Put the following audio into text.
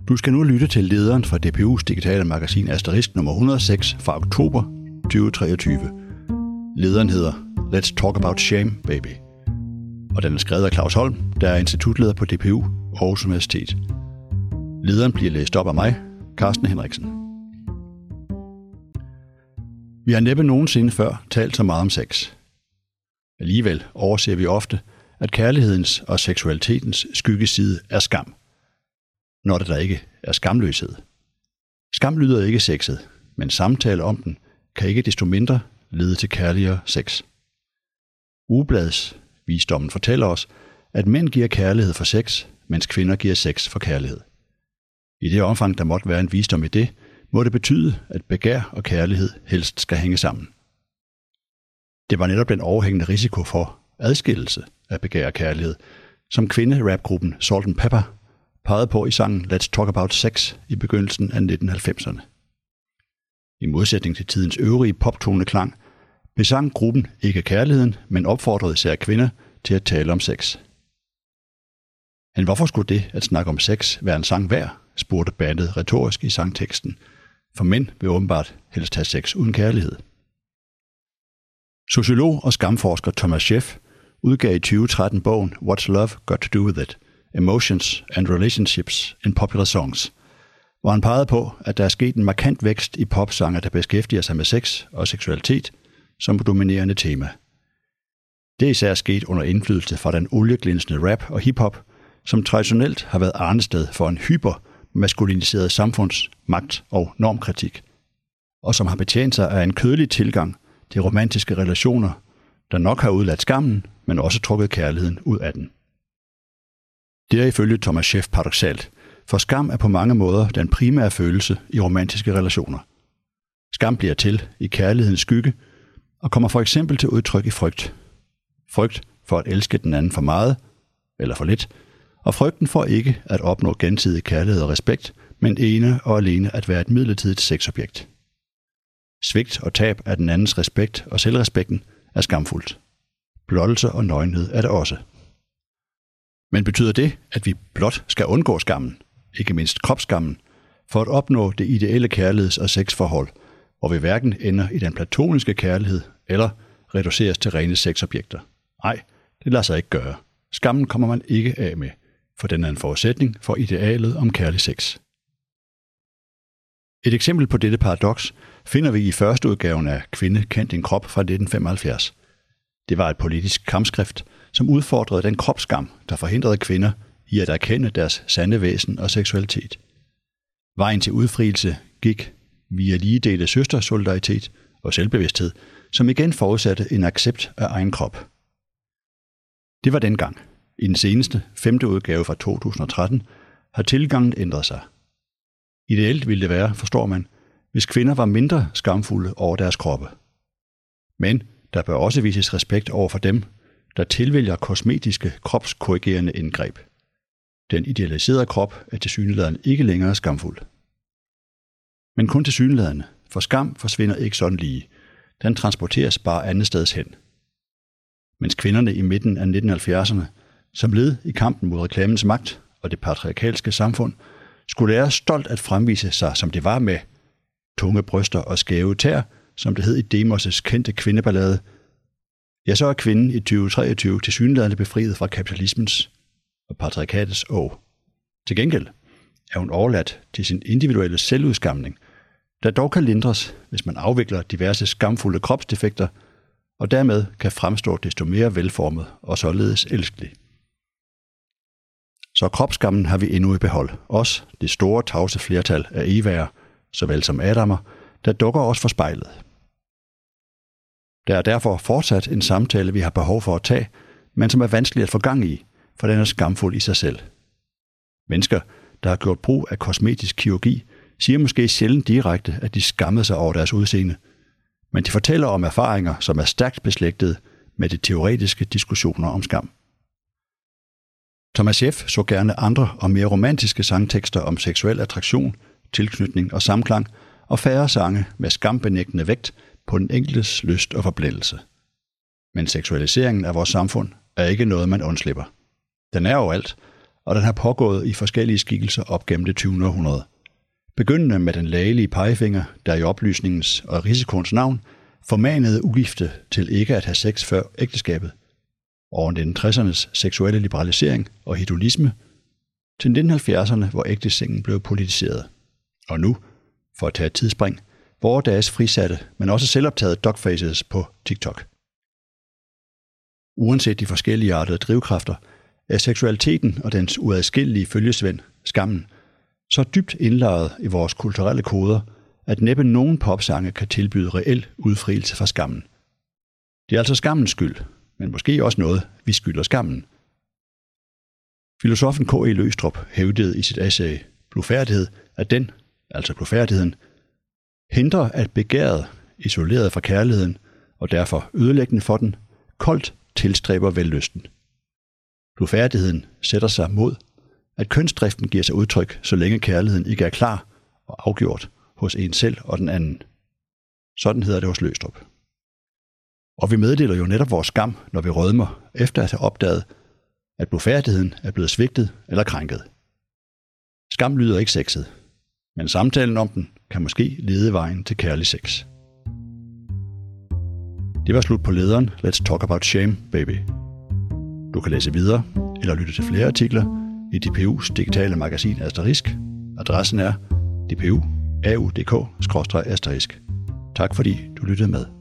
Du skal nu lytte til lederen fra DPU's digitale magasin Asterisk nummer 106 fra oktober 2023. Lederen hedder Let's Talk About Shame, Baby. Og den er skrevet af Claus Holm, der er institutleder på DPU Aarhus Universitet. Lederen bliver læst op af mig, Carsten Henriksen. Vi har næppe nogensinde før talt så meget om sex. Alligevel overser vi ofte, at kærlighedens og seksualitetens skyggeside er skam. Når det der ikke er skamløshed. Skam lyder ikke sexet, men samtale om den kan ikke desto mindre lede til kærligere sex. Ugebladets Visdommen fortæller os, at mænd giver kærlighed for sex, mens kvinder giver sex for kærlighed. I det omfang, der måtte være en visdom i det, må det betyde, at begær og kærlighed helst skal hænge sammen. Det var netop den overhængende risiko for adskillelse af begær og kærlighed, som kvinderapgruppen Salt & Pepper pegede på i sangen Let's Talk About Sex i begyndelsen af 1990'erne. I modsætning til tidens øvrige poptoneklang, besang gruppen ikke kærligheden, men opfordrede især kvinder til at tale om sex. Men hvorfor skulle det at snakke om sex være en sang værd, spurgte bandet retorisk i sangteksten, for mænd vil åbenbart helst have sex uden kærlighed. Sociolog og skamforsker Thomas Scheff udgav i 2013 bogen What's Love Got to Do With It? Emotions and Relationships in Popular Songs, hvor han pegede på, at der er sket en markant vækst i popsanger, der beskæftiger sig med sex og seksualitet som dominerende tema. Det er især sket under indflydelse fra den olieglinsende rap og hiphop, som traditionelt har været arnested for en hypermaskuliniseret samfunds-, magt- og normkritik, og som har betjent sig af en kødelig tilgang til romantiske relationer, der nok har udladt skammen, men også trukket kærligheden ud af den. Det er ifølge Thomas Scheff paradoksalt, for skam er på mange måder den primære følelse i romantiske relationer. Skam bliver til i kærlighedens skygge og kommer for eksempel til udtryk i frygt. Frygt for at elske den anden for meget eller for lidt, og frygten for ikke at opnå gensidig kærlighed og respekt, men ene og alene at være et midlertidigt sexobjekt. Svigt og tab af den andens respekt og selvrespekten er skamfuldt. Blottelse og nøgenhed er det også. Men betyder det, at vi blot skal undgå skammen, ikke mindst kropsskammen, for at opnå det ideelle kærligheds- og sexforhold, hvor vi hverken ender i den platoniske kærlighed eller reduceres til rene sexobjekter? Nej, det lader sig ikke gøre. Skammen kommer man ikke af med, for den er en forudsætning for idealet om kærlig sex. Et eksempel på dette paradoks finder vi i første udgaven af Kvinde kendt din krop fra 1975. Det var et politisk kampskrift, som udfordrede den kropsskam, der forhindrede kvinder i at erkende deres sande væsen og seksualitet. Vejen til udfrielse gik via ligedele søstersolidaritet og selvbevidsthed, som igen forudsatte en accept af egen krop. Det var dengang. I den seneste 5. udgave fra 2013 har tilgangen ændret sig. Ideelt ville det være, forstår man, hvis kvinder var mindre skamfulde over deres kroppe. Men der bør også vises respekt over for dem, der tilvælger kosmetiske kropskorrigerende indgreb. Den idealiserede krop er tilsyneladende ikke længere skamfuld. Men kun tilsyneladende, for skam forsvinder ikke sådan lige. Den transporteres bare andetsteds hen. Mens kvinderne i midten af 1970'erne, som led i kampen mod reklamens magt og det patriarkalske samfund, skulle lære stolt at fremvise sig, som det var med tunge bryster og skæve tær, som det hed i Demos' kendte kvindeballade, ja, så er kvinden i 2023 tilsyneladende befriet fra kapitalismens og patriarkatets åg. Til gengæld er hun overladt til sin individuelle selvudskamning, der dog kan lindres, hvis man afvikler diverse skamfulde kropsdefekter, og dermed kan fremstå desto mere velformet og således elskelig. Så kropsskammen har vi endnu i behold. Os, det store tavse flertal af Evaer, såvel som Adamer, der dukker os for spejlet. Der er derfor fortsat en samtale, vi har behov for at tage, men som er vanskelig at få gang i, for den er skamfuld i sig selv. Mennesker, der har gjort brug af kosmetisk kirurgi, siger måske sjældent direkte, at de skammede sig over deres udseende, men de fortæller om erfaringer, som er stærkt beslægtede med de teoretiske diskussioner om skam. Thomas Scheff så gerne andre og mere romantiske sangtekster om seksuel attraktion, tilknytning og samklang, og færre sange med skambenægtende vægt på den enkeltes lyst og forblændelse. Men seksualiseringen af vores samfund er ikke noget, man undslipper. Den er overalt, og den har pågået i forskellige skikkelser op gennem det 20. århundrede. Begyndende med den lægelige pegefinger, der i oplysningens og risikoens navn formanede ugifte til ikke at have sex før ægteskabet, over 1960'ernes seksuelle liberalisering og hedonisme, til 1970'erne, hvor ægtesengen blev politiseret. Og nu, for at tage et tidsspring, vore dages frisatte, men også selvoptagede dogfaces på TikTok. Uanset de forskellige artede drivkræfter, er seksualiteten og dens uadskillelige følgesvend, skammen, så dybt indlejret i vores kulturelle koder, at næppe nogen popsange kan tilbyde reel udfrielse fra skammen. Det er altså skammens skyld, men måske også noget, vi skylder skammen. Filosofen K.E. Løgstrup hævdede i sit essay Blufærdighed, at den, altså blufærdigheden, hindrer at begæret, isoleret fra kærligheden og derfor ødelæggende for den, koldt tilstræber vellysten. Blufærdigheden sætter sig mod, at kønsdriften giver sig udtryk, så længe kærligheden ikke er klar og afgjort hos en selv og den anden. Sådan hedder det hos Løgstrup. Og vi meddeler jo netop vores skam, når vi rødmer, efter at have opdaget, at blufærdigheden er blevet svigtet eller krænket. Skam lyder ikke sexet, men samtalen om den kan måske lede vejen til kærlig sex. Det var slut på lederen Let's Talk About Shame, baby. Du kan læse videre eller lytte til flere artikler i DPU's digitale magasin Asterisk. Adressen er dpu.au.dk/asterisk. Tak fordi du lyttede med.